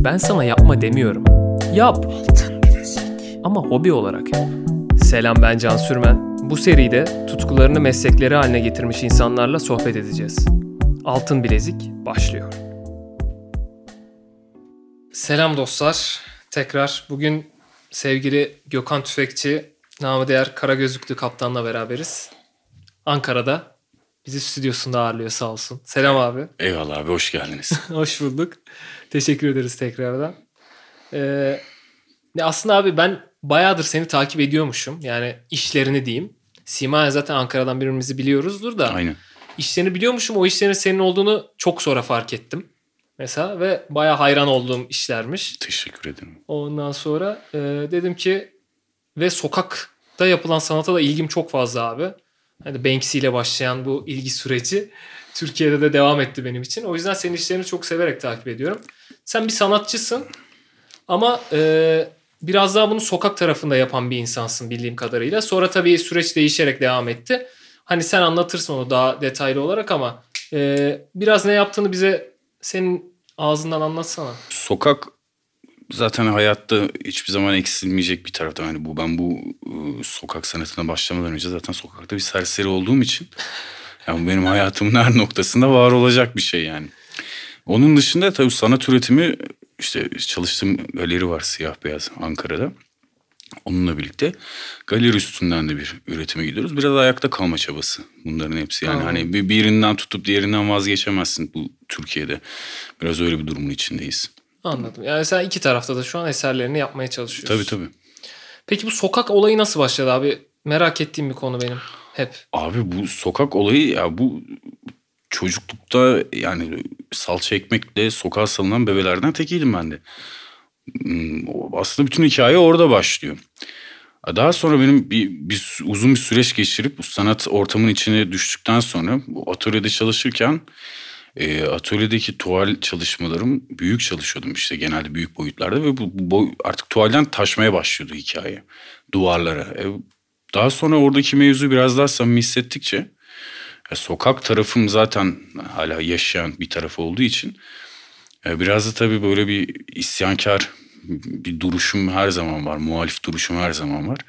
Ben sana yapma demiyorum. Yap. Ama hobi olarak yap. Selam, ben Can Sürmen. Bu seride tutkularını meslekleri haline getirmiş insanlarla sohbet edeceğiz. Altın Bilezik başlıyor. Selam dostlar. Tekrar bugün sevgili Gökhan Tüfekçi, namı değer Karagözlüklü Kaptan'la beraberiz. Ankara'da bizi stüdyosunda ağırlıyor, sağ olsun. Selam abi. Eyvallah abi, hoş geldiniz. Hoş bulduk. Teşekkür ederiz tekrardan. Aslında abi ben bayağıdır seni takip ediyormuşum. Yani işlerini diyeyim. Sima'ya zaten Ankara'dan birbirimizi biliyoruzdur da. Aynen. İşlerini biliyormuşum. O işlerin senin olduğunu çok sonra fark ettim. Mesela ve bayağı hayran olduğum işlermiş. Teşekkür ederim. Ondan sonra dedim ki ve sokakta yapılan sanata da ilgim çok fazla abi. Hani Banksy ile başlayan bu ilgi süreci Türkiye'de de devam etti benim için. O yüzden senin işlerini çok severek takip ediyorum. Sen bir sanatçısın ama biraz daha bunu sokak tarafında yapan bir insansın bildiğim kadarıyla. Sonra tabii süreç değişerek devam etti. Hani sen anlatırsın onu daha detaylı olarak ama biraz ne yaptığını bize senin ağzından anlatsana. Sokak zaten hayatta hiçbir zaman eksilmeyecek bir tarafta. Yani ben bu sokak sanatına başlamadan önce zaten sokakta bir serseri olduğum için yani benim hayatımın her noktasında var olacak bir şey yani. Onun dışında tabii sanat üretimi, işte çalıştığım galeri var, siyah beyaz, Ankara'da. Onunla birlikte galeri üstünden de bir üretime gidiyoruz. Biraz ayakta kalma çabası bunların hepsi. Yani hani birinden tutup diğerinden vazgeçemezsin bu Türkiye'de. Biraz öyle bir durumun içindeyiz. Anladım. Yani sen iki tarafta da şu an eserlerini yapmaya çalışıyorsun. Tabii. Peki bu sokak olayı nasıl başladı abi? Merak ettiğim bir konu benim hep. Abi bu sokak olayı ya, bu çocuklukta yani salça ekmekle sokağa salınan bebelerden tekiydim ben de. Aslında bütün hikaye orada başlıyor. Daha sonra benim uzun bir süreç geçirip bu sanat ortamının içine düştükten sonra bu atölyede çalışırken atölyedeki tuval çalışmalarım, büyük çalışıyordum işte genelde büyük boyutlarda ve bu artık tuvalden taşmaya başlıyordu hikaye duvarlara. Daha sonra oradaki mevzu biraz daha samimi hissettikçe sokak tarafım zaten hala yaşayan bir taraf olduğu için biraz da tabii böyle bir isyankar bir duruşum her zaman var. Muhalif duruşum her zaman var.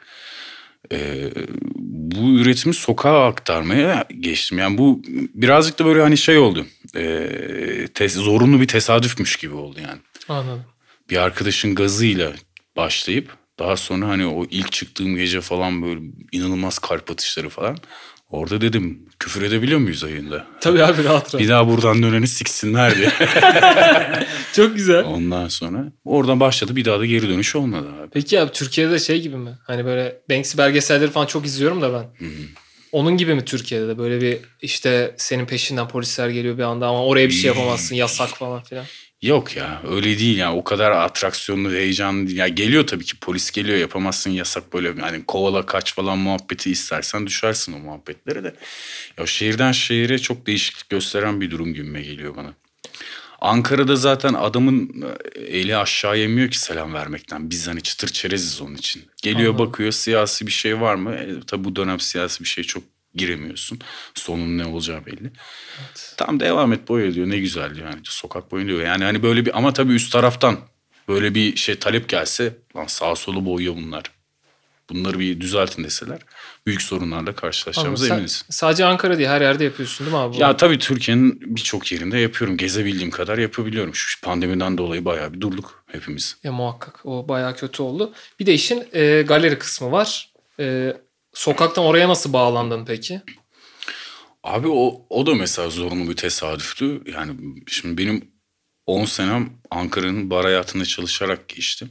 Bu üretimi sokağa aktarmaya geçtim. Yani bu birazcık da böyle hani şey oldu. Zorunlu bir tesadüfmüş gibi oldu yani. Anladım. Bir arkadaşın gazıyla başlayıp daha sonra hani o ilk çıktığım gece falan böyle inanılmaz kalp atışları falan. Orada dedim, küfür edebiliyor muyuz yayında? Tabii abi, rahat. Bir daha buradan döneni siksinler diye. Çok güzel. Ondan sonra oradan başladı, bir daha da geri dönüş olmadı abi. Peki abi Türkiye'de şey gibi mi? Hani böyle Banksy belgeselleri falan çok izliyorum da ben. Hı-hı. Onun gibi mi Türkiye'de de böyle bir işte senin peşinden polisler geliyor bir anda ama oraya bir şey yapamazsın, yasak falan filan? Yok ya, öyle değil ya, o kadar atraksiyonlu, heyecanlı değil. Ya geliyor tabii ki, polis geliyor, yapamazsın, yasak, böyle hani kovala kaç falan muhabbeti istersen düşersin o muhabbetlere de. Ya şehirden şehire çok değişiklik gösteren bir durum gibime geliyor bana. Ankara'da zaten adamın eli aşağı yemiyor ki selam vermekten. Biz hani çıtır çereziz onun için. Geliyor, anladım, bakıyor siyasi bir şey var mı? Tabii bu dönem siyasi bir şey çok giremiyorsun. Sonun ne olacağı belli. Evet. Tam devam et boya diyor, ne güzel diyor. Yani sokak boyu diyor. Yani hani böyle bir, ama tabii üst taraftan böyle bir şey talep gelse, lan sağa solu boyuyor bunlar, bunları bir düzeltin deseler büyük sorunlarla karşılaşacağımıza eminiz. Sadece Ankara değil, her yerde yapıyorsun değil mi abi? Ya tabii Türkiye'nin birçok yerinde yapıyorum. Gezebildiğim kadar yapabiliyorum. Şu pandemiden dolayı bayağı bir durduk hepimiz. Muhakkak o bayağı kötü oldu. Bir de işin galeri kısmı var. Sokaktan oraya nasıl bağlandın peki? Abi o da mesela zorunlu bir tesadüftü. Yani şimdi benim 10 senem Ankara'nın bar hayatında çalışarak geçti.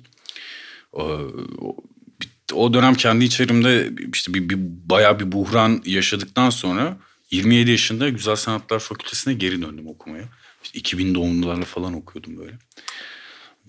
O dönem kendi içerimde işte bayağı bir buhran yaşadıktan sonra 27 yaşında Güzel Sanatlar Fakültesi'ne geri döndüm okumaya. İşte 2000 doğumlularla falan okuyordum böyle.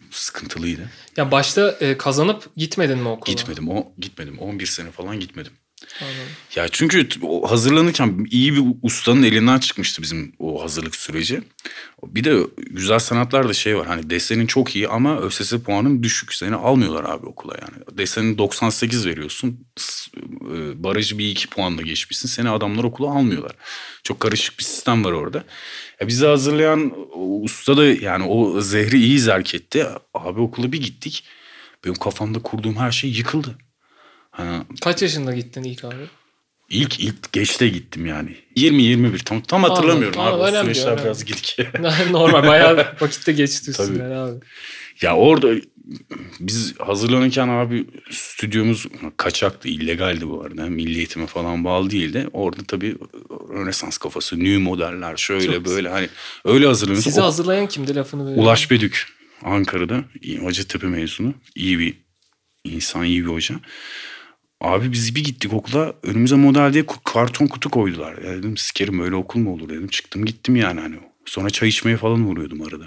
Sıkıntılıydı. Ya başta kazanıp gitmedin mi okula? Gitmedim. 11 sene falan gitmedim. Anladım. Ya çünkü hazırlanırken iyi bir ustanın elinden çıkmıştı bizim o hazırlık süreci. Bir de güzel sanatlarda şey var, hani desenin çok iyi ama ÖSS puanın düşük. Seni almıyorlar abi okula yani. Desenin 98 veriyorsun. Barajı bir iki puanla geçmişsin. Seni adamlar okula almıyorlar. Çok karışık bir sistem var orada. Ya bizi hazırlayan usta da yani o zehri iyi zerk etti. Abi okula bir gittik. Benim kafamda kurduğum her şey yıkıldı. Ha, Kaç yaşında gittin ilk abi? İlk geçte gittim yani. 20-21 tam hatırlamıyorum Anladım, abi. O önemli süreçler değil, biraz gidik. Normal, bayağı vakitte geçti Tabii. üstünden abi. Ya orada biz hazırlanırken abi stüdyomuz kaçaktı, illegaldi bu arada. Milli eğitime falan bağlı değildi. Orada tabii Rönesans kafası, new modeller şöyle Çok böyle hani öyle hazırlanıyoruz. Sizi hazırlayan kimdi, lafını böyle? Ulaş Bedük, Ankara'da Hacettepe mezunu. İyi bir insan, iyi bir hoca. Abi biz bir gittik okula, önümüze model diye karton kutu koydular. Ya dedim sikerim, öyle okul mu olur dedim. Çıktım gittim yani hani. Sonra çay içmeye falan uğruyordum arada.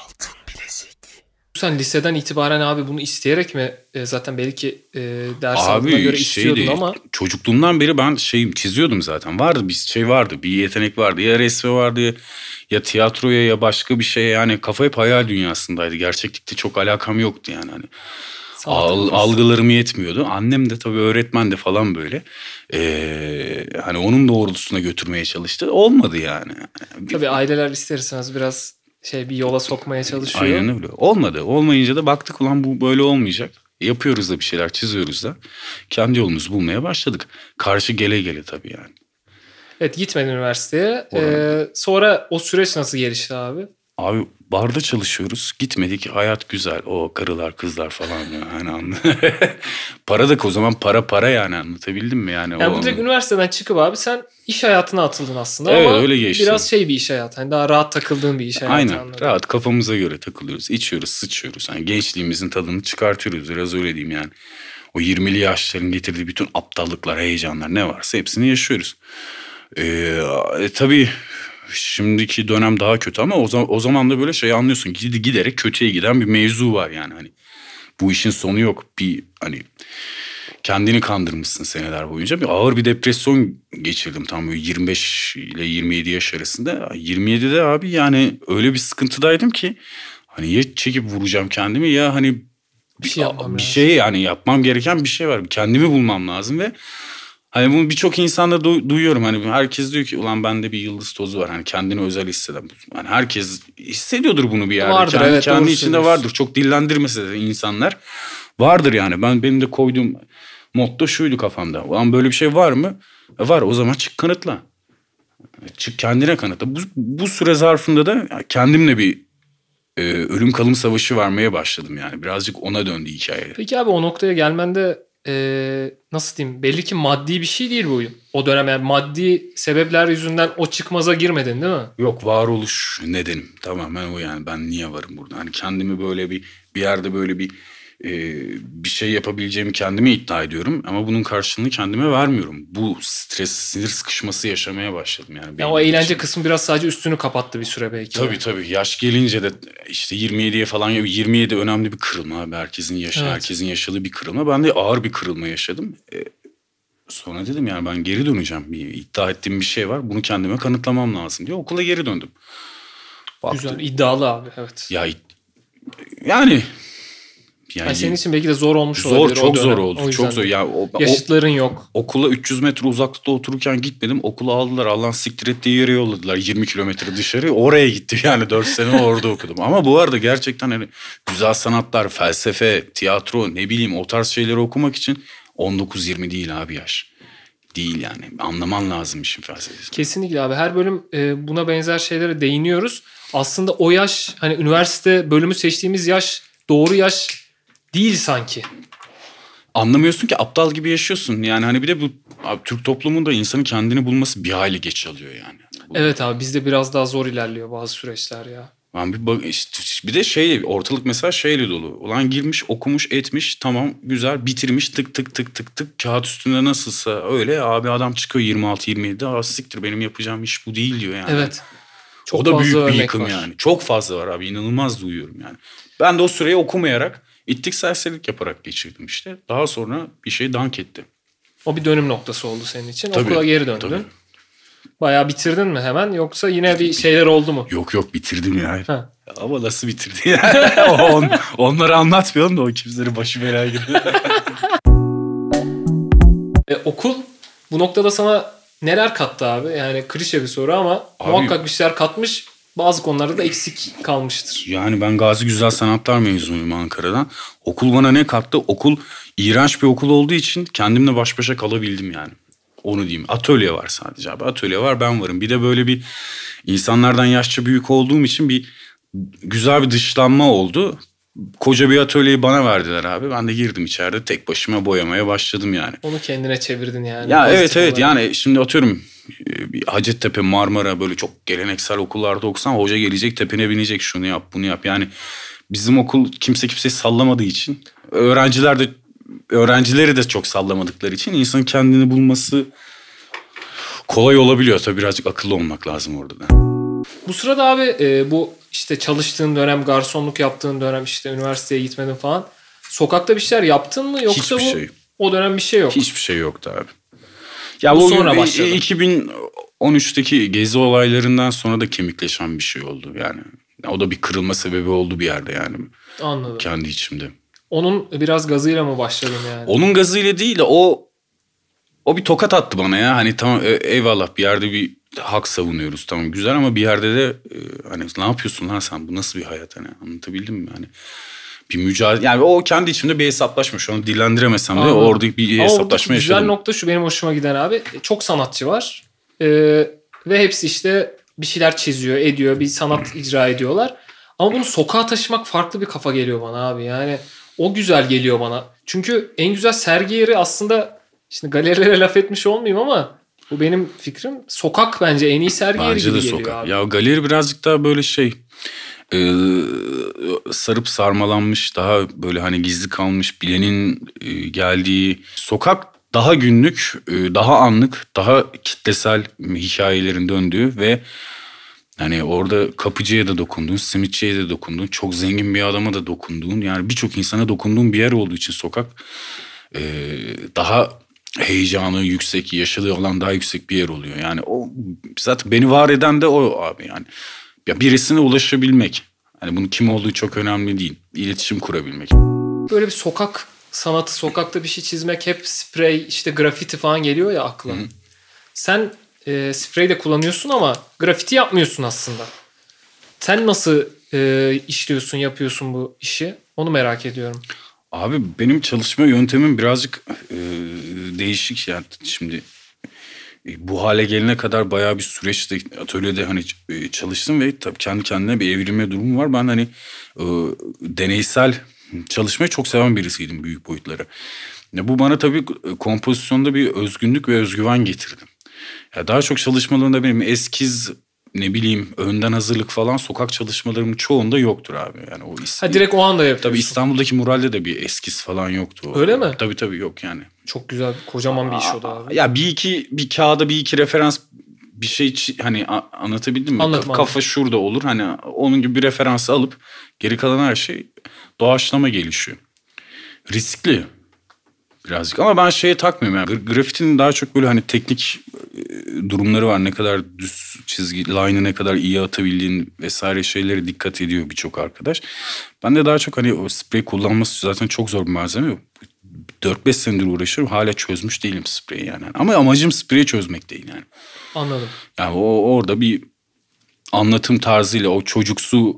Sen liseden itibaren abi bunu isteyerek mi zaten belki ders aldığına göre istiyordun ama. Çocukluğumdan beri ben çiziyordum zaten. Vardı bir şey vardı, bir yetenek vardı. Ya resme vardı ya tiyatroya ya başka bir şeye, yani kafa hep hayal dünyasındaydı. Gerçeklikte çok alakam yoktu yani hani. Algılarım yetmiyordu. Annem de tabii öğretmen de falan böyle. Hani onun doğrultusuna götürmeye çalıştı. Olmadı yani. Tabii aileler isterseniz biraz bir yola sokmaya çalışıyor. Aynen öyle. Olmadı. Olmayınca da baktık ulan bu böyle olmayacak. Yapıyoruz da bir şeyler, çiziyoruz da. Kendi yolumuzu bulmaya başladık. Karşı gele gele tabii yani. Evet, gitmedin üniversiteye. Sonra o süreç nasıl gelişti abi? Abi barda çalışıyoruz. Gitmedik. Hayat güzel. O karılar kızlar falan yani. Para da o zaman para yani, anlatabildim mi yani? Yani bu direkt üniversiteden çıkıp abi sen iş hayatına atıldın aslında. Evet, ama öyle geçti. Biraz bir iş hayatı. Hani daha rahat takıldığın bir iş hayatı. Aynen. Anladım. Rahat kafamıza göre takılıyoruz. İçiyoruz, sıçıyoruz. Yani gençliğimizin tadını çıkartıyoruz. Biraz öyle diyeyim yani. O 20'li yaşların getirdiği bütün aptallıklar, heyecanlar ne varsa hepsini yaşıyoruz. Tabii şimdiki dönem daha kötü ama o zaman da böyle anlıyorsun. Giderek kötüye giden bir mevzu var yani. Hani bu işin sonu yok. Bir hani kendini kandırmışsın seneler boyunca. Ağır bir depresyon geçirdim tam böyle 25 ile 27 yaş arasında. 27'de abi yani öyle bir sıkıntıdaydım ki hani ya çekip vuracağım kendimi ya hani bir şey yani yapmam gereken bir şey var. Kendimi bulmam lazım ve hani bunu birçok insanda duyuyorum. Hani herkes diyor ki ulan bende bir yıldız tozu var. Hani kendini özel hisseden. Yani herkes hissediyordur bunu bir yerde. Vardır, kendi içinde vardır. Çok dillendirmese de insanlar vardır yani. Benim de koyduğum motto şuydu kafamda. Ulan böyle bir şey var mı? Var, o zaman çık kanıtla. Çık kendine kanıtla. Bu süre zarfında da kendimle bir ölüm kalım savaşı vermeye başladım yani. Birazcık ona döndü hikaye. Peki abi o noktaya gelmende nasıl diyeyim, belli ki maddi bir şey değil bu oyun. O dönem yani maddi sebepler yüzünden o çıkmaza girmedin değil mi? Yok, varoluş nedenim tamamen o yani. Ben niye varım burada? Hani kendimi böyle bir yerde böyle bir şey yapabileceğimi kendime iddia ediyorum ama bunun karşılığını kendime vermiyorum. Bu stres, sinir sıkışması yaşamaya başladım yani. Ya o eğlence kısmı biraz sadece üstünü kapattı bir süre belki. Tabii. Yaş gelince de işte 27'ye falan, 27 önemli bir kırılma abi. Herkesin yaşadığı bir kırılma. Ben de ağır bir kırılma yaşadım. Sonra dedim yani ben geri döneceğim. İddia ettiğim bir şey var. Bunu kendime kanıtlamam lazım diye okula geri döndüm. Güzel, iddialı abi, evet. Yani senin için belki de zor olmuş olabilir. Çok zor oldu. Çok zor. Yaşıtların yok. Okula 300 metre uzaklıkta otururken gitmedim. Okulu aldılar. Allah'ın siktir ettiği yere yolladılar. 20 kilometre dışarı. Oraya gittim yani. 4 sene orada okudum. Ama bu arada gerçekten hani güzel sanatlar, felsefe, tiyatro, ne bileyim o tarz şeyleri okumak için 19-20 değil abi yaş. Değil yani. Anlaman lazım işin felsefesini. Kesinlikle abi. Her bölüm buna benzer şeylere değiniyoruz. Aslında o yaş, hani üniversite bölümü seçtiğimiz yaş doğru yaş değil sanki. Anlamıyorsun ki, aptal gibi yaşıyorsun. Yani hani bir de bu abi, Türk toplumunda insanın kendini bulması bir hayli geç alıyor yani. Evet abi, bizde biraz daha zor ilerliyor bazı süreçler ya. Bir de ortalık mesela şeyle dolu. Ulan girmiş, okumuş, etmiş, tamam güzel, bitirmiş, tık tık kağıt üstünde nasılsa öyle abi, adam çıkıyor 26-27'de, siktir benim yapacağım iş bu değil diyor yani. Evet. Çok o da fazla büyük bir yıkım var. yani. Çok fazla var abi, inanılmaz duyuyorum yani. Ben de o süreyi okumayarak, ittik serserilik yaparak geçirdim işte. Daha sonra bir şey dank etti. O bir dönüm noktası oldu senin için. Tabii, Okula geri döndün. tabii. Bayağı bitirdin mi hemen yoksa yine bir şeyler oldu mu? Yok bitirdim ya. Ha. Ama nasıl bitirdi ya? Onları anlatmayalım da o kimsenin başı belaya girdi. Okul bu noktada sana neler kattı abi? Yani klişe bir soru ama abi, muhakkak bir şeyler katmış. Bazı konularda da eksik kalmıştır. Yani ben Gazi Güzel Sanatlar mezunuyum Ankara'dan. Okul bana ne kattı? Okul iğrenç bir okul olduğu için kendimle baş başa kalabildim yani. Onu diyeyim. Atölye var sadece abi. Atölye var, ben varım. Bir de böyle bir insanlardan yaşça büyük olduğum için bir güzel bir dışlanma oldu. Koca bir atölyeyi bana verdiler abi. Ben de girdim içeride tek başıma boyamaya başladım yani. Onu kendine çevirdin yani. Ya evet olarak. yani şimdi atıyorum bir Hacettepe, Marmara böyle çok geleneksel okullarda okusan hoca gelecek tepene binecek, şunu yap bunu yap. Yani bizim okul kimse kimseyi sallamadığı için, öğrencileri de çok sallamadıkları için insanın kendini bulması kolay olabiliyor. Tabii birazcık akıllı olmak lazım orada da. Bu sırada abi bu işte çalıştığın dönem, garsonluk yaptığın dönem, işte üniversiteye gitmedin falan. Sokakta bir şeyler yaptın mı yoksa Hiçbir bu şey. o dönem bir şey yok? Hiçbir şey yoktu abi. Ya Bu bu sonra başladı. 2013'teki gezi olaylarından sonra da kemikleşen bir şey oldu yani. O da bir kırılma sebebi oldu bir yerde yani. Anladım. Kendi içimde. Onun biraz gazıyla mı başladın yani? Onun gazıyla değil de o bir tokat attı bana ya. Hani tamam eyvallah bir yerde bir hak savunuyoruz, tamam güzel, ama bir yerde de hani ne yapıyorsun lan sen, bu nasıl bir hayat, hani anlatabildim mi? Hani bir mücadele, yani o kendi içimde bir hesaplaşma, şu an dillendiremesem de orada bir hesaplaşma yaşadım. Güzel nokta şu benim hoşuma giden abi. Çok sanatçı var ve hepsi işte bir şeyler çiziyor, ediyor, bir sanat icra ediyorlar. Ama bunu sokağa taşımak farklı bir kafa geliyor bana abi. Yani o güzel geliyor bana. Çünkü en güzel sergi yeri aslında, şimdi galerilere laf etmiş olmayayım ama bu benim fikrim. Sokak bence en iyi sergi yeri gibi geliyor sokak. abi. Ya galeri birazcık daha böyle sarıp sarmalanmış, daha böyle hani gizli kalmış, bilenin geldiği. Sokak daha günlük, daha anlık, daha kitlesel hikayelerin döndüğü ve hani orada kapıcıya da dokunduğun, simitçiye de dokunduğun, çok zengin bir adama da dokunduğun, yani birçok insana dokunduğun bir yer olduğu için sokak daha heyecanı yüksek, yaşadığı alan daha yüksek bir yer oluyor. Yani o zaten beni var eden de o abi yani. Ya birisine ulaşabilmek. Hani bunun kim olduğu çok önemli değil. İletişim kurabilmek. Böyle bir sokak sanatı, sokakta bir şey çizmek, hep sprey, işte grafiti falan geliyor ya akla. Hı-hı. Sen sprey de kullanıyorsun ama grafiti yapmıyorsun aslında. Sen nasıl işliyorsun, yapıyorsun bu işi? Onu merak ediyorum. Abi benim çalışma yöntemim birazcık değişik yani. Şimdi bu hale gelene kadar bayağı bir süreçte atölyede hani çalıştım ve tabii kendi kendine bir evrilme durumu var. Ben hani deneysel çalışmayı çok seven birisiydim, büyük boyutlara. Ya bu bana tabii kompozisyonda bir özgünlük ve özgüven getirdi. Ya daha çok çalışmalarımda benim eskiz, ne bileyim önden hazırlık falan, sokak çalışmalarımın çoğunda yoktur abi. Yani o direkt o anda yapıyorsun. Tabii İstanbul'daki muralde de bir eskiz falan yoktu. Öyle mi? Tabii yok yani. Çok güzel, kocaman bir iş o da abi. Ya bir kağıda bir iki referans bir şey hani anlatabildim mi? Anladım. Kafa şurada olur, hani onun gibi bir referansı alıp geri kalan her şey doğaçlama gelişiyor. Riskli birazcık ama ben şeye takmıyorum yani. Grafitinin daha çok böyle hani teknik durumları var. Ne kadar düz çizgi, line'ı ne kadar iyi atabildiğin vesaire şeylere dikkat ediyor birçok arkadaş. Ben de daha çok hani o sprey kullanması zaten çok zor bir malzeme. 4-5 senedir uğraşıyorum. Hala çözmüş değilim spreyi yani. Ama amacım spreyi çözmek değil yani. Anladım. Yani orada bir anlatım tarzıyla o çocuksu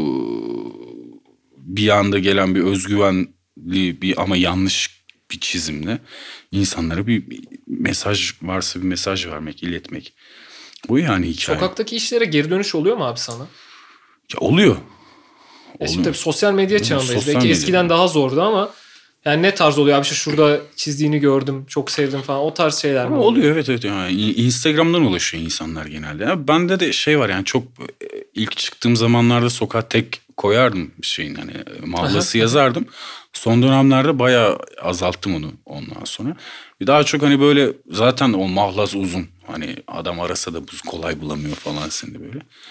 bir anda gelen bir özgüvenli bir ama yanlış bir çizimle insanlara bir mesaj varsa bir mesaj vermek, iletmek. Bu yani hikaye. Sokaktaki işlere geri dönüş oluyor mu abi sana? Ya oluyor. Şimdi tabii sosyal medya çağındayız. Sosyal Belki medya. eskiden daha zordu ama yani ne tarz oluyor abi, işte şurada çizdiğini gördüm, çok sevdim falan, o tarz şeyler mi oluyor? Evet. Yani Instagram'dan ulaşıyor insanlar genelde. Ya bende de şey var yani, çok ilk çıktığım zamanlarda sokağa tek koyardım şeyin, hani mahlası yazardım. Son dönemlerde bayağı azalttım onu ondan sonra. Bir daha çok hani böyle zaten o mahlas uzun. Hani adam arasa da kolay bulamıyor falan seni böyle.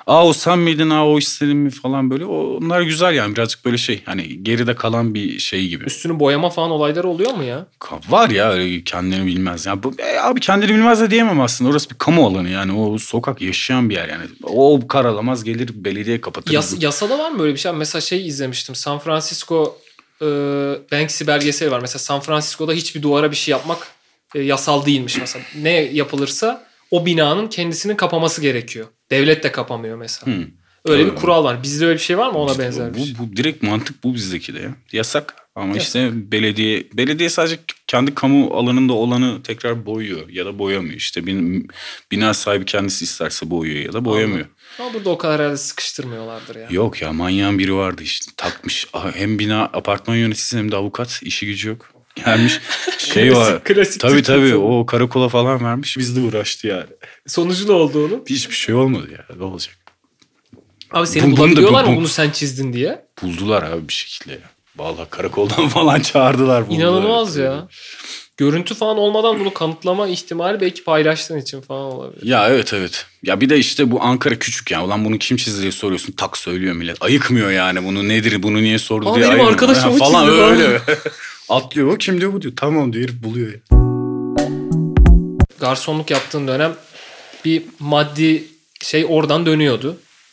o sen miydin, o istedin mi falan böyle. Onlar güzel yani, birazcık böyle şey, hani geride kalan bir şey gibi. Üstünü boyama falan olayları oluyor mu ya? Var ya, öyle kendini bilmez. Ya abi kendini bilmez de diyemem aslında. Orası bir kamu alanı yani. O sokak yaşayan bir yer yani. O karalamaz, gelir belediye kapatır. Yasada var mı böyle bir şey? Mesela izlemiştim. San Francisco Banksy belgeseli var. Mesela San Francisco'da hiçbir duvara bir şey yapmak yasal değilmiş mesela. Ne yapılırsa o binanın kendisini kapaması gerekiyor. Devlet de kapamıyor mesela. Öyle bir kural var. Bizde öyle bir şey var mı, ona benzer bir şey? Bu direkt mantık bu bizdeki de ya. Yasak ama işte belediye sadece kendi kamu alanında olanı tekrar boyuyor ya da boyamıyor. İşte bina sahibi kendisi isterse boyuyor ya da boyamıyor. Ama burada o kadar herhalde sıkıştırmıyorlardır ya. Yok ya, manyağın biri vardı işte, takmış. Hem bina apartman yöneticisi hem de avukat, işi gücü yok. Gelmiş şey var. Klasik Tabii o karakola falan vermiş, bizle uğraştı yani. Sonucu ne oldu onun? Hiçbir şey olmadı ya, ne olacak? Abi seni bulabiliyorlar mı bunu sen çizdin diye? Buldular abi bir şekilde ya. Vallahi karakoldan falan çağırdılar. İnanılmaz ya. Görüntü falan olmadan bunu kanıtlama ihtimali belki paylaştığın için falan olabilir. Ya evet. Ya bir de işte bu Ankara küçük ya. Ulan bunu kim çizdi diye soruyorsun. Tak söylüyor millet. Ayıkmıyor yani, bunu nedir, bunu niye sordu diye. Benim arkadaşım o falan çizdi öyle. Atlıyor, o kim diyor, bu diyor. Tamam diyor, herif buluyor ya. Garsonluk yaptığın dönem bir maddi şey oradan dönüyordu.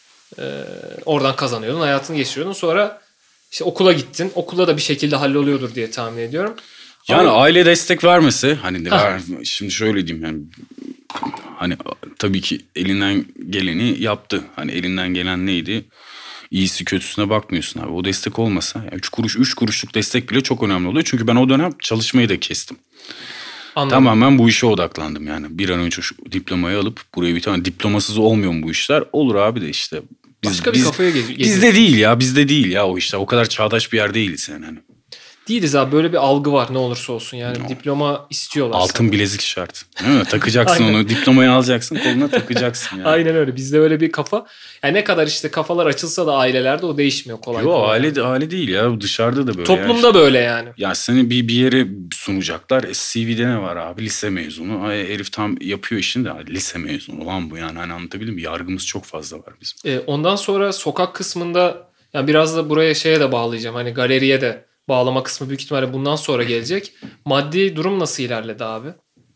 Oradan kazanıyordun, hayatını geçiriyordun. Sonra işte okula gittin. Okulda da bir şekilde halloluyordur diye tahmin ediyorum. Yani aile destek vermesi, hani şimdi şöyle diyeyim yani, hani tabii ki elinden geleni yaptı. Hani elinden gelen neydi? İyisi kötüsüne bakmıyorsun abi. O destek olmasa, yani 3 kuruşluk destek bile çok önemli oluyor. Çünkü ben o dönem çalışmayı da kestim. Anladım. Tamamen bu işe odaklandım yani. Bir an önce şu diplomayı alıp buraya bir tane, diplomasız olmuyor mu bu işler? Olur abi de işte. Başka bir kafaya geliyor. Bizde değil ya o işler. O kadar çağdaş bir yer değiliz yani. Hani. Değiliz abi, böyle bir algı var ne olursa olsun yani diploma istiyorlar. Altın bilezik şart. Değil mi? Takacaksın onu, diplomayı alacaksın, koluna takacaksın yani. Aynen öyle, bizde öyle bir kafa. Yani ne kadar işte kafalar açılsa da ailelerde o değişmiyor kolay. Yok aile değil ya, dışarıda da böyle. Toplumda böyle yani. Ya seni bir yere sunacaklar. CV'de ne var abi? Lise mezunu. Herif tam yapıyor işini de lise mezunu lan bu yani, hani anlatabildim mi? Yargımız çok fazla var bizim. Ondan sonra sokak kısmında yani biraz da buraya şeye de bağlayacağım. Hani galeriye de bağlama kısmı büyük ihtimalle bundan sonra gelecek. Maddi durum nasıl ilerledi abi?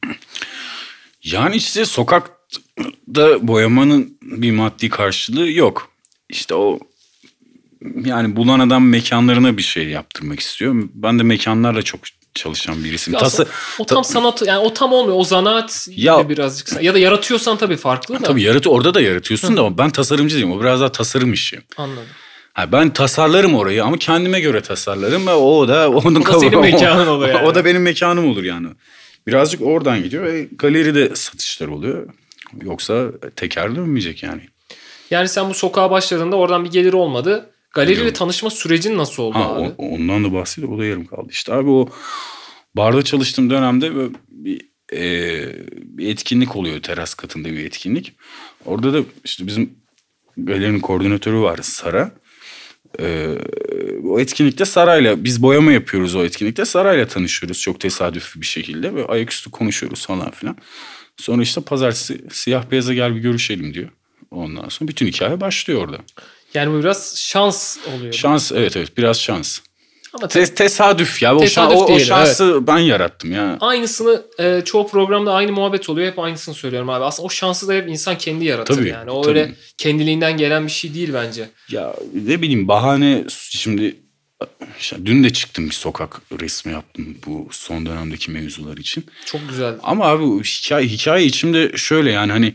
Yani işte sokakta boyamanın bir maddi karşılığı yok. İşte o yani bulan adam mekanlarına bir şey yaptırmak istiyor. Ben de mekanlarla çok çalışan birisiyim. O tam sanat yani, o tam olmuyor. O zanaat ya, birazcık ya da yaratıyorsan tabii farklı da. Tabii orada da yaratıyorsun da, ama ben tasarımcı değilim. O biraz daha tasarım işi. Anladım. Ben tasarlarım orayı ama kendime göre tasarlarım ve o da senin mekanın olur yani. O da benim mekanım olur yani. Birazcık oradan gidiyor ve galeride satışlar oluyor. Yoksa teker dönmeyecek yani. Yani sen bu sokağa başladığında oradan bir gelir olmadı. Galeriyle tanışma sürecin nasıl oldu abi? Ondan da bahsedeyim. O da yarım kaldı. İşte abi o barda çalıştığım dönemde bir etkinlik oluyor. Teras katında bir etkinlik. Orada da işte bizim galerinin koordinatörü var, Sara. O etkinlikte Sara'yla biz boyama yapıyoruz, o etkinlikte Sara'yla tanışıyoruz çok tesadüfi bir şekilde ve ayaküstü konuşuyoruz falan filan. Sonra işte pazartesi siyah beyaza gel bir görüşelim diyor. Ondan sonra bütün hikaye başlıyor orada. Yani bu biraz şans oluyor. Şans, evet biraz şans. Ama tesadüf ya. O şansı evet. Ben yarattım ya. Aynısını çoğu programda aynı muhabbet oluyor. Hep aynısını söylüyorum abi. Aslında o şansı da hep insan kendi yaratır tabii, yani. O öyle kendiliğinden gelen bir şey değil bence. Ya ne bileyim, bahane şimdi dün de çıktım, bir sokak resmi yaptım bu son dönemdeki mevzular için. Çok güzel. Ama abi hikaye içimde şöyle yani, hani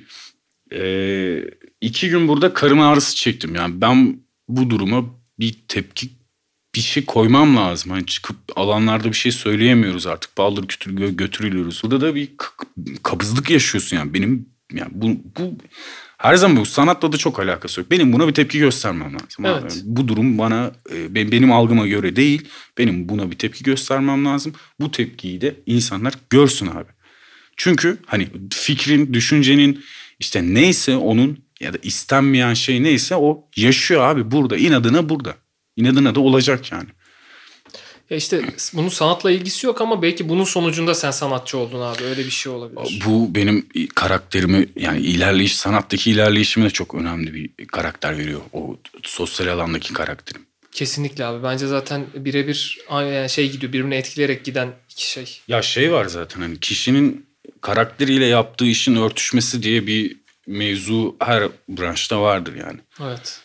2 gün burada karın ağrısı çektim. Yani ben bu duruma bir tepki, bir şey koymam lazım. Hani çıkıp alanlarda bir şey söyleyemiyoruz artık. Baldır kütür götürülüyoruz. Burada da bir kabızlık yaşıyorsun yani. Benim yani bu her zaman bu sanatla da çok alakası yok. Benim buna bir tepki göstermem lazım. Evet. Yani bu durum bana benim algıma göre değil. Benim buna bir tepki göstermem lazım. Bu tepkiyi de insanlar görsün abi. Çünkü hani fikrin, düşüncenin işte neyse onun, ya da istenmeyen şey neyse o yaşıyor abi burada. İnadına burada. İnadına da olacak yani. Ya işte bunun sanatla ilgisi yok ama belki bunun sonucunda sen sanatçı oldun abi. Öyle bir şey olabilir. Bu benim karakterimi, yani sanattaki ilerleyişime de çok önemli bir karakter veriyor. O sosyal alandaki karakterim. Kesinlikle abi. Bence zaten birebir yani gidiyor. Birbirini etkileyerek giden iki şey. Ya var zaten, hani kişinin karakteriyle yaptığı işin örtüşmesi diye bir mevzu her branşta vardır yani. Evet.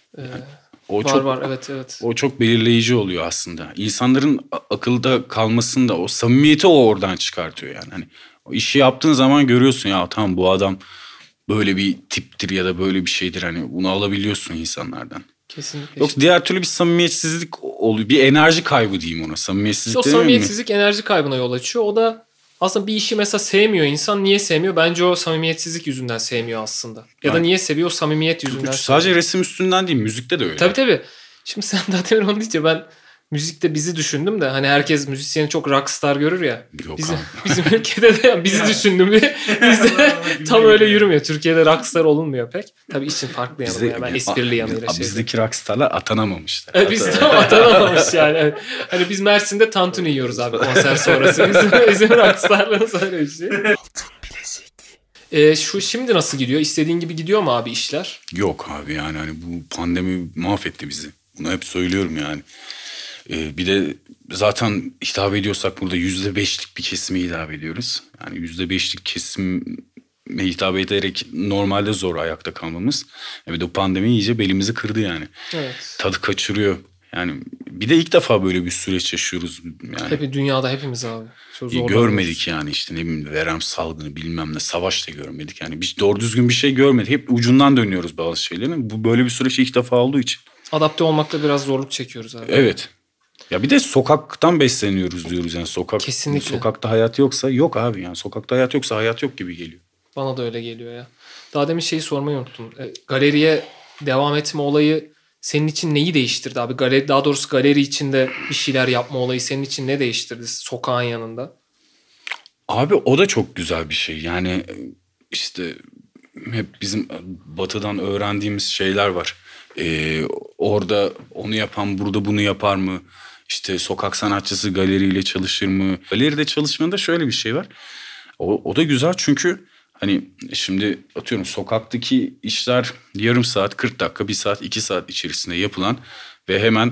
Var evet. O çok belirleyici oluyor aslında. İnsanların akılda kalmasında o samimiyeti o oradan çıkartıyor yani. Hani o işi yaptığın zaman görüyorsun, ya tamam bu adam böyle bir tiptir ya da böyle bir şeydir, hani bunu alabiliyorsun insanlardan. Kesinlikle. Yoksa diğer türlü bir samimiyetsizlik oluyor. Bir enerji kaybı diyeyim ona. Samimiyetsizlik o samimiyetsizlik enerji kaybına yol açıyor. O da aslında bir işi mesela sevmiyor insan. Niye sevmiyor? Bence o samimiyetsizlik yüzünden sevmiyor aslında. Ya da niye seviyor? O samimiyet yüzünden. Sadece resim üstünden değil, müzikte de öyle. Tabii. Şimdi sen daha demin onu deyince ben müzikte bizi düşündüm de hani herkes müzisyeni çok rockstar görür ya. Yok bizim ülkede de bizi düşündüm diye. Bizde tam öyle yürümüyor. Türkiye'de rockstar olunmuyor pek. Tabii işin farklı yanı ya. Ben esprili yanıyla bizdeki rockstarlar atanamamışlar. Biz tam atanamamış yani. Hani biz Mersin'de tantuni yiyoruz abi konser sonrası. Bizim rockstarlarımız öyle bir şey. Altın bilezik. Şimdi nasıl gidiyor? İstediğin gibi gidiyor mu abi işler? Yok abi, yani hani bu pandemi mahvetti bizi. Bunu hep söylüyorum yani. Bir de zaten hitap ediyorsak burada %5'lik bir kesime hitap ediyoruz. Yani %5'lik kesime hitap ederek normalde zor ayakta kalmamız. Bir de pandemi iyice belimizi kırdı yani. Evet. Tadı kaçırıyor. Yani bir de ilk defa böyle bir süreç yaşıyoruz. Yani dünyada hepimiz abi. Görmedik yani, işte ne bileyim, verem salgını bilmem ne, savaş da görmedik. Yani biz doğru düzgün bir şey görmedik. Hep ucundan dönüyoruz bazı şeylerin. Bu böyle bir süreç ilk defa olduğu için. Adapte olmakta biraz zorluk çekiyoruz abi. Evet. Ya bir de sokaktan besleniyoruz diyoruz yani. Kesinlikle. Sokakta hayat yoksa yok abi, yani sokakta hayat yoksa hayat yok gibi geliyor. Bana da öyle geliyor ya. Daha demin sormayı unuttum. Galeriye devam etme olayı senin için neyi değiştirdi abi? Daha doğrusu galeri içinde bir şeyler yapma olayı senin için ne değiştirdi sokağın yanında? Abi o da çok güzel bir şey. Yani işte hep bizim batıdan öğrendiğimiz şeyler var. Orada onu yapan burada bunu yapar mı? İşte sokak sanatçısı galeriyle çalışır mı? Galeride çalışmada şöyle bir şey var. O da güzel çünkü hani şimdi atıyorum sokaktaki işler yarım saat, 40 dakika, 1 saat, 2 saat içerisinde yapılan ve hemen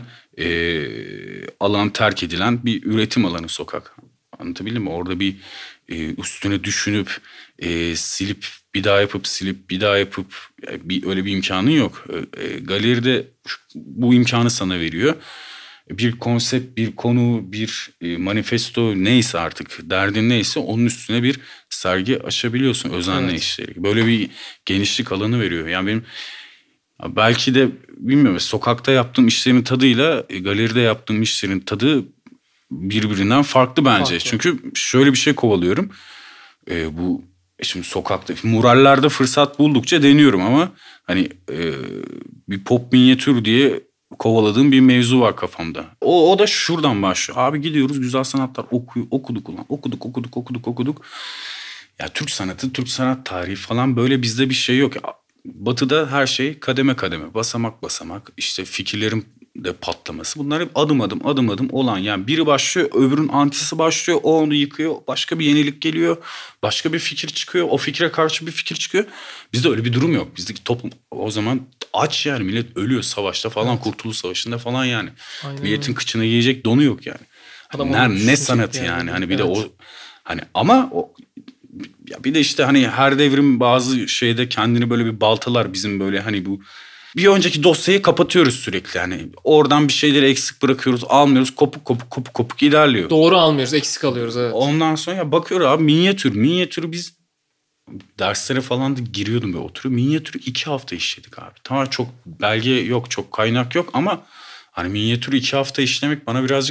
alan terk edilen bir üretim alanı sokak. Anlatabildim mi? Orada bir üstüne düşünüp silip bir daha yapıp silip bir daha yapıp öyle bir imkanın yok. Galeride bu imkanı sana veriyor. Bir konsept, bir konu, bir manifesto neyse artık, derdin neyse onun üstüne bir sergi açabiliyorsun özenle işleri. Böyle bir genişlik alanı veriyor. Yani benim belki de bilmiyorum, sokakta yaptığım işlerin tadıyla galeride yaptığım işlerin tadı birbirinden farklı bence. Çünkü şöyle bir şey kovalıyorum. Bu şimdi sokakta murallerde fırsat buldukça deniyorum ama hani bir pop minyatür diye kovaladığım bir mevzu var kafamda. O da şuradan başlıyor. Abi gidiyoruz güzel sanatlar okuduk ulan. Okuduk. Ya Türk sanatı, Türk sanat tarihi falan böyle bizde bir şey yok. Batı'da her şey kademe kademe, basamak basamak, işte fikirlerin de patlaması. Bunlar hep adım adım olan. Yani biri başlıyor, öbürünün antisi başlıyor, o onu yıkıyor, başka bir yenilik geliyor, başka bir fikir çıkıyor, o fikre karşı bir fikir çıkıyor. Bizde öyle bir durum yok. Bizdeki toplum o zaman aç yani, millet ölüyor savaşta falan, Kurtuluş Savaşı'nda falan yani. Aynen. Milletin kıçına giyecek donu yok yani. Ne sanatı yani. Hani bir de o hani ama o ya bir de işte hani her devrim bazı şeyde kendini böyle bir baltalar, bizim böyle hani bu bir önceki dosyayı kapatıyoruz sürekli. Yani oradan bir şeyleri eksik bırakıyoruz, almıyoruz, kopuk ilerliyor. Doğru almıyoruz, eksik alıyoruz, evet. Ondan sonra ya bakıyoruz abi minyatürü biz derslere falan da giriyordum ve oturuyor. Minyatürü 2 hafta işledik abi. Tamam, çok belge yok, çok kaynak yok ama hani minyatürü 2 hafta işlemek bana birazcık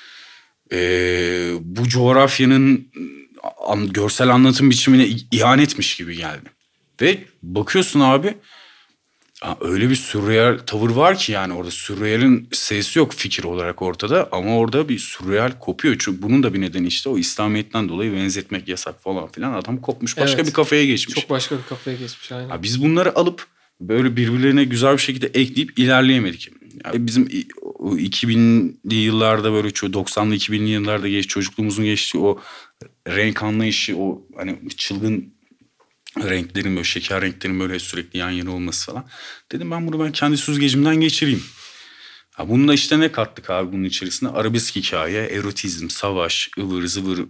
bu coğrafyanın görsel anlatım biçimine ihanetmiş gibi geldi. Ve bakıyorsun abi öyle bir sürreal tavır var ki yani orada sürrealin sesi yok fikir olarak ortada ama orada bir sürreal kopuyor. Çünkü bunun da bir nedeni işte o İslamiyet'ten dolayı benzetmek yasak falan filan, adam kopmuş başka bir kafaya geçmiş. Çok başka bir kafaya geçmiş aynen. Biz bunları alıp böyle birbirlerine güzel bir şekilde ekleyip ilerleyemedik. Yani bizim o 2000'li yıllarda böyle 90'lı 2000'li yıllarda çocukluğumuzun geçtiği o renk anlayışı, o hani çılgın renklerin böyle şeker renklerin böyle sürekli yan yana olması falan. Dedim ben kendi süzgecimden geçireyim. Ha, bununla işte ne kattık abi bunun içerisine? Arabesk hikaye, erotizm, savaş, ıvır zıvır,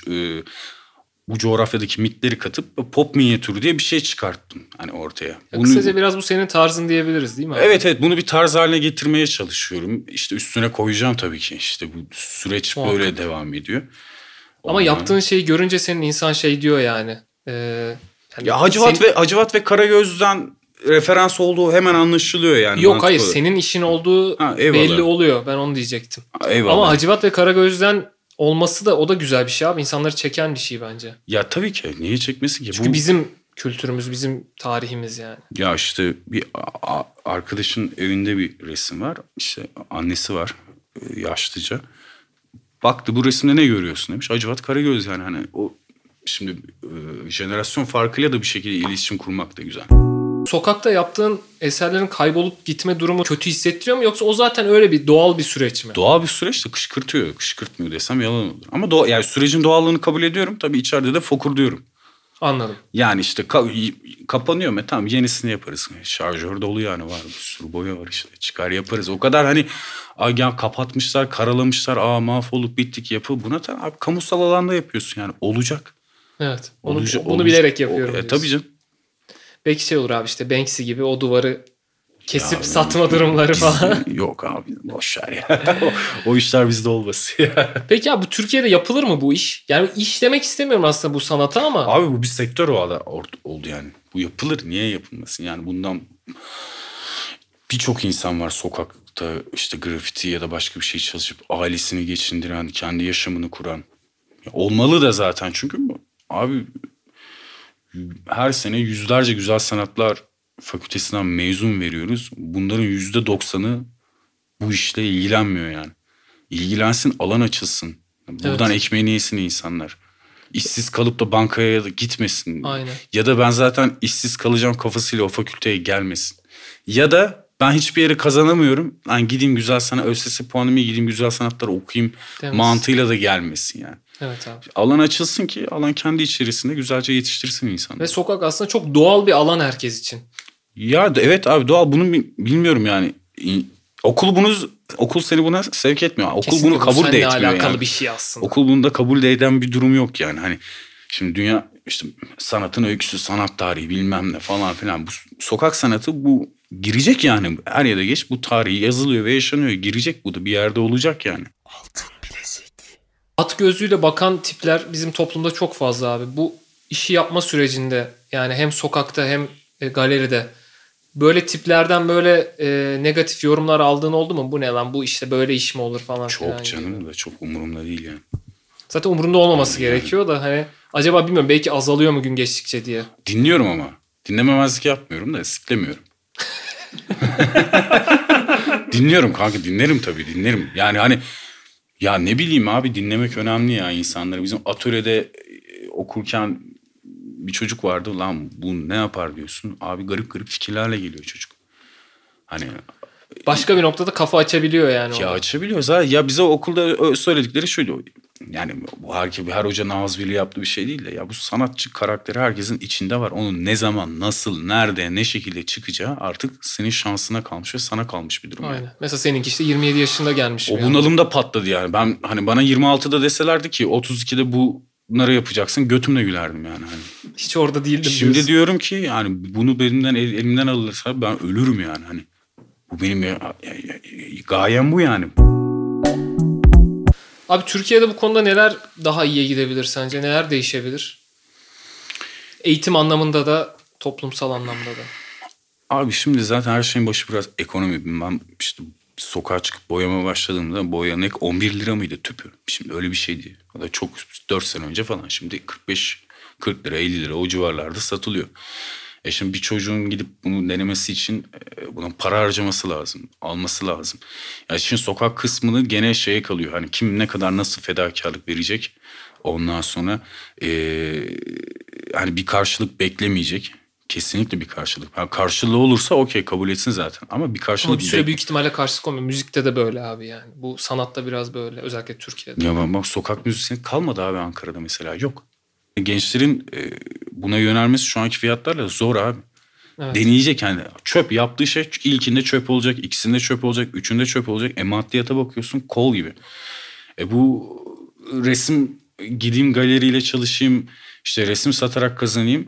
bu coğrafyadaki mitleri katıp pop minyatürü diye bir şey çıkarttım hani ortaya. Kısaca biraz bu senin tarzın diyebiliriz değil mi abi? Evet, bunu bir tarz haline getirmeye çalışıyorum. İşte üstüne koyacağım tabii ki. İşte bu süreç böyle devam ediyor. Ama yaptığın şeyi görünce senin insan şey diyor yani. Yani ya Hacivat ve Karagöz'den referans olduğu hemen anlaşılıyor yani. Yok hayır, senin işin olduğu belli oluyor. Ben onu diyecektim. Eyvallah. Ama Hacivat ve Karagöz'den olması da o da güzel bir şey abi. İnsanları çeken bir şey bence. Ya tabii ki. Niye çekmesin ki? Çünkü bizim kültürümüz, bizim tarihimiz yani. Ya işte bir arkadaşın evinde bir resim var. İşte annesi var yaşlıca. Baktı bu resimde ne görüyorsun demiş. Hacivat Karagöz yani hani o şimdi jenerasyon farkıyla da bir şekilde iletişim kurmak da güzel. Sokakta yaptığın eserlerin kaybolup gitme durumu kötü hissettiriyor mu? Yoksa o zaten öyle bir doğal bir süreç mi? Doğal bir süreç de kışkırtıyor. Kışkırtmıyor desem yalan olur. Ama yani sürecin doğallığını kabul ediyorum. Tabii içeride de fokur diyorum. Anladım. Yani işte kapanıyor mu? Tamam yenisini yaparız. Şarjör dolu yani var. Bir sürü boya var işte. Çıkar yaparız. O kadar hani ya kapatmışlar, karalamışlar. Mahvolduk bittik yapı. Buna abi kamusal alanda yapıyorsun yani. Olacak. Evet. Bunu bilerek yapıyorum. Tabii canım. Belki şey olur abi işte Banksy gibi o duvarı kesip ya, satma durumları falan. Yok abi boşver ya. o işler bizde olmasın ya. Peki abi bu Türkiye'de yapılır mı bu iş? Yani iş demek istemiyorum aslında bu sanata ama. Abi bu bir sektör oldu yani. Bu yapılır. Niye yapılmasın? Yani bundan birçok insan var sokakta işte grafiti ya da başka bir şey çalışıp ailesini geçindiren, kendi yaşamını kuran. Olmalı da zaten çünkü abi her sene yüzlerce güzel sanatlar fakültesinden mezun veriyoruz. Bunların %90'ı bu işle ilgilenmiyor yani. İlgilensin, alan açılsın. Buradan ekmeğini yesin insanlar. İşsiz kalıp da bankaya da gitmesin. Aynen. Ya da ben zaten işsiz kalacağım kafasıyla o fakülteye gelmesin. Ya da ben hiçbir yere kazanamıyorum. Ben gideyim güzel sanat, ÖSS puanımı gideyim güzel sanatlar okuyayım mantığıyla da gelmesin yani. Evet abi. Alan açılsın ki alan kendi içerisinde güzelce yetiştirsin insanları. Ve sokak aslında çok doğal bir alan herkes için. Ya evet abi doğal, bunu bilmiyorum yani. Okul seni buna sevk etmiyor. Okul kesinlikle bunu kabul de etmiyor yani. alakalı bir şey aslında. Okul bunu da kabul de eden bir durum yok yani. Hani şimdi dünya işte sanatın öyküsü, sanat tarihi bilmem ne falan filan. Bu sokak sanatı bu girecek yani. Her yere geç bu tarihi yazılıyor ve yaşanıyor. Girecek, bu da bir yerde olacak yani. Altın bilezik. At gözlüğüyle bakan tipler bizim toplumda çok fazla abi. Bu işi yapma sürecinde yani hem sokakta hem galeride böyle tiplerden böyle negatif yorumlar aldığın oldu mu? Bu ne lan, bu işte böyle iş mi olur falan filan. Çok canım gibi. Da çok umurumda değil yani. Zaten umurunda olmaması gerekiyor da hani acaba bilmiyorum belki azalıyor mu gün geçtikçe diye. Dinliyorum ama. Dinlememezlik yapmıyorum da siklemiyorum. Dinliyorum kanka, dinlerim tabii dinlerim. Yani hani ya ne bileyim abi, dinlemek önemli ya insanları. Bizim atölyede okurken bir çocuk vardı, lan bu ne yapar diyorsun. Abi garip garip fikirlerle geliyor çocuk. Hani başka bir noktada kafa açabiliyor yani. Ya açabiliyor zaten. Ya bize okulda söyledikleri şöyle. Yani bu her hocanın ağız birliği yaptığı bir şey değil de ya bu sanatçı karakteri herkesin içinde var. Onun ne zaman, nasıl, nerede, ne şekilde çıkacağı artık senin şansına kalmış ve sana kalmış bir durum. Aynen. Yani. Mesela seninki işte 27 yaşında gelmiş. O bunalımda patladı yani. Ben hani bana 26'da deselerdi ki 32'de bunları yapacaksın, götümle gülerdim yani. Hani. Hiç orada değildim. Şimdi diyorsun. Diyorum ki yani bunu elimden alırsa ben ölürüm yani hani. Bu benim gayem bu yani. Abi Türkiye'de bu konuda neler daha iyiye gidebilir sence? Neler değişebilir? Eğitim anlamında da, toplumsal anlamda da. Abi şimdi zaten her şeyin başı biraz ekonomi. Ben işte sokağa çıkıp boyama başladığımda boyanın ek 11 lira mıydı tüpü? Şimdi öyle bir şeydi. O da çok 4 sene önce falan. Şimdi 40 lira 50 lira o civarlarda satılıyor. Şimdi bir çocuğun gidip bunu denemesi için buna para harcaması lazım. Alması lazım. Yani şimdi sokak kısmını gene şeye kalıyor. Hani kim ne kadar nasıl fedakarlık verecek. Ondan sonra hani bir karşılık beklemeyecek. Kesinlikle bir karşılık. Yani karşılığı olursa okey, kabul etsin zaten. Ama bir karşılık... Ama bir süre büyük ihtimalle karşılık olmuyor. Müzikte de böyle abi yani. Bu sanatta biraz böyle. Özellikle Türkiye'de. Ya bak, sokak müzisyeni kalmadı abi Ankara'da mesela. Yok. Gençlerin buna yönelmesi şu anki fiyatlarla zor abi. Evet. Deneyecek yani. Çöp yaptığı şey ilkinde çöp olacak, ikisinde çöp olacak, üçünde çöp olacak. Maddiyata bakıyorsun kol gibi. Bu resim, gideyim galeriyle çalışayım, işte resim satarak kazanayım.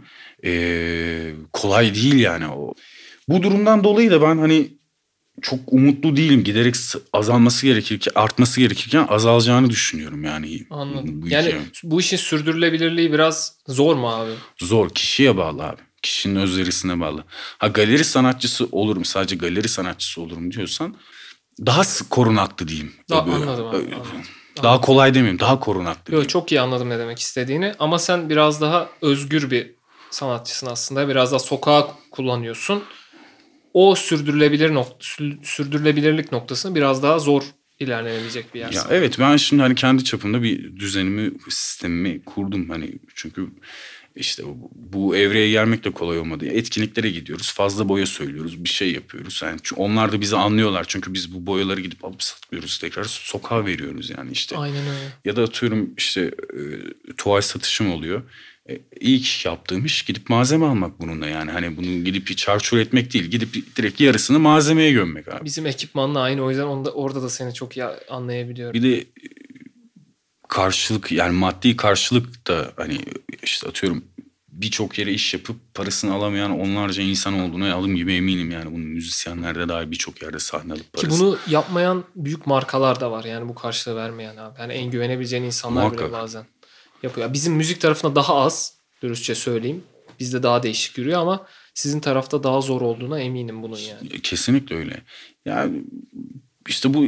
Kolay değil yani o. Bu durumdan dolayı da ben hani çok umutlu değilim. Giderek azalması gerekirken, artması gerekirken azalacağını düşünüyorum yani. Anladım. Yani bu işin sürdürülebilirliği biraz zor mu abi? Zor. Kişiye bağlı abi. Kişinin özverisine bağlı. Ha, galeri sanatçısı olurum, sadece galeri sanatçısı olurum diyorsan daha korunaklı diyeyim. Anladım abi. Daha kolay demeyeyim, daha korunaklı diyeyim. Yok, çok iyi anladım ne demek istediğini. Ama sen biraz daha özgür bir sanatçısın aslında. Biraz daha sokağa kullanıyorsun. O sürdürülebilirlik noktasını biraz daha zor ilerlenebilecek bir yer. Ya evet, ben şimdi hani kendi çapımda bir düzenimi, sistemimi kurdum. Hani çünkü işte bu evreye gelmek de kolay olmadı. Etkinliklere gidiyoruz, fazla boya söylüyoruz, bir şey yapıyoruz. Yani onlar da bizi anlıyorlar. Çünkü biz bu boyaları gidip alıp satmıyoruz, tekrar sokağa veriyoruz yani işte. Aynen öyle. Ya da atıyorum işte tuval satışım oluyor. İlk yaptığım iş gidip malzeme almak bununla yani. Hani bunu gidip çarçur etmek değil. Gidip direkt yarısını malzemeye gömmek abi. Bizim ekipmanla aynı, o yüzden orada da seni çok iyi anlayabiliyorum. Bir de karşılık, yani maddi karşılık da hani işte atıyorum birçok yere iş yapıp parasını alamayan onlarca insan olduğuna alım gibi eminim yani. Bunun müzisyenlerde dahi birçok yerde sahne alıp parasını... Ki bunu yapmayan büyük markalar da var yani, bu karşılığı vermeyen abi. Yani en güvenebileceğin insanlar Muhakkak bile bazen yapıyor. Bizim müzik tarafında daha az, dürüstçe söyleyeyim. Bizde daha değişik yürüyor ama sizin tarafta daha zor olduğuna eminim bunun yani. Kesinlikle öyle. Yani işte bu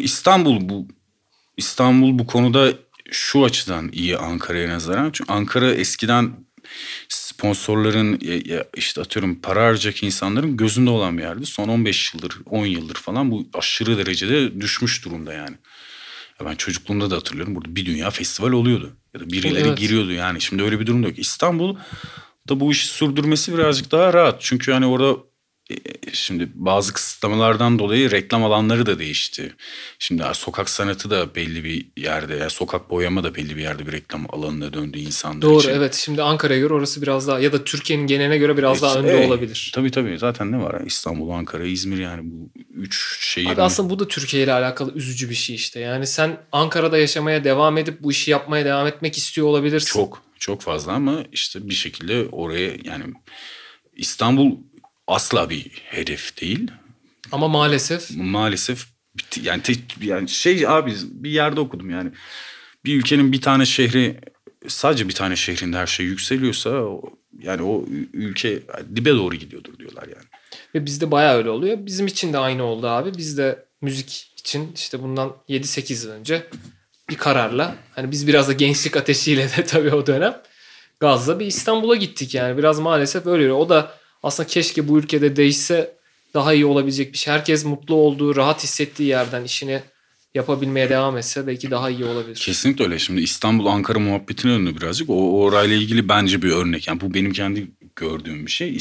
İstanbul bu konuda şu açıdan iyi Ankara'ya nazaran. Çünkü Ankara eskiden sponsorların, işte atıyorum para harcayacak insanların gözünde olan bir yerdi. Son 15 yıldır, 10 yıldır falan bu aşırı derecede düşmüş durumda yani. Ben çocukluğumda da hatırlıyorum, burada bir dünya festival oluyordu. Ya da birileri giriyordu yani. Şimdi öyle bir durum da yok. İstanbul'da bu işi sürdürmesi birazcık daha rahat. Çünkü hani orada şimdi bazı kısıtlamalardan dolayı reklam alanları da değişti. Şimdi sokak sanatı da belli bir yerde, yani sokak boyama da belli bir yerde bir reklam alanına döndü insanlar Doğru, için. Doğru, evet. Şimdi Ankara'ya göre orası biraz daha, ya da Türkiye'nin geneline göre biraz daha önde olabilir. Tabii. Zaten ne var? İstanbul, Ankara, İzmir, yani bu 3 şehir. Abi aslında bu da Türkiye ile alakalı üzücü bir şey işte. Yani sen Ankara'da yaşamaya devam edip bu işi yapmaya devam etmek istiyor olabilirsin. Çok fazla ama işte bir şekilde oraya, yani İstanbul asla bir hedef değil. Ama maalesef yani abi, bir yerde okudum yani. Bir ülkenin bir tane şehri, sadece bir tane şehrinde her şey yükseliyorsa yani o ülke dibe doğru gidiyordur diyorlar yani. Ve bizde bayağı öyle oluyor. Bizim için de aynı oldu abi. Biz de müzik için işte bundan 7-8 yıl önce bir kararla, hani biz biraz da gençlik ateşiyle de tabii o dönem gazla bir İstanbul'a gittik yani. Biraz maalesef öyle. O da aslında keşke bu ülkede değişse daha iyi olabilecek bir şey. Herkes mutlu olduğu, rahat hissettiği yerden işini yapabilmeye devam etse belki daha iyi olabilir. Kesinlikle öyle. Şimdi İstanbul-Ankara muhabbetine döndü birazcık. O orayla ilgili bence bir örnek. Yani bu benim kendi gördüğüm bir şey.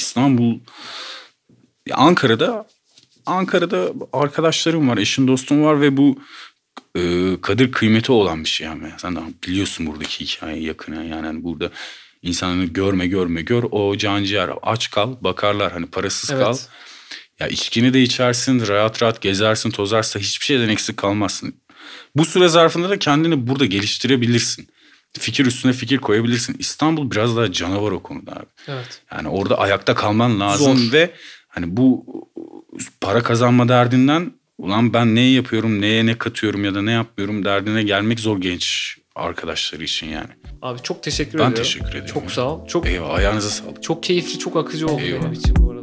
Ankara'da arkadaşlarım var, eşim dostum var ve bu kadir kıymeti olan bir şey. Yani sen de biliyorsun buradaki hikayeyi yakın. Yani hani burada insanları gör o canciğer, aç kal, bakarlar, hani parasız kal. Ya içkini de içersin, rahat gezersin, tozarsa hiçbir şeyden eksik kalmazsın. Bu süre zarfında da kendini burada geliştirebilirsin. Fikir üstüne fikir koyabilirsin. İstanbul biraz daha canavar o konuda abi. Evet. Yani orada ayakta kalman lazım. Zor. Ve hani bu para kazanma derdinden, ulan ben ne yapıyorum, neye ne katıyorum ya da ne yapmıyorum derdine gelmek zor genç arkadaşları için yani. Abi çok teşekkür ediyorum. Ben teşekkür ederim. Çok sağ ol. Eyvallah, ayağınıza sağlık. Çok keyifli, çok akıcı oldu benim için bu arada.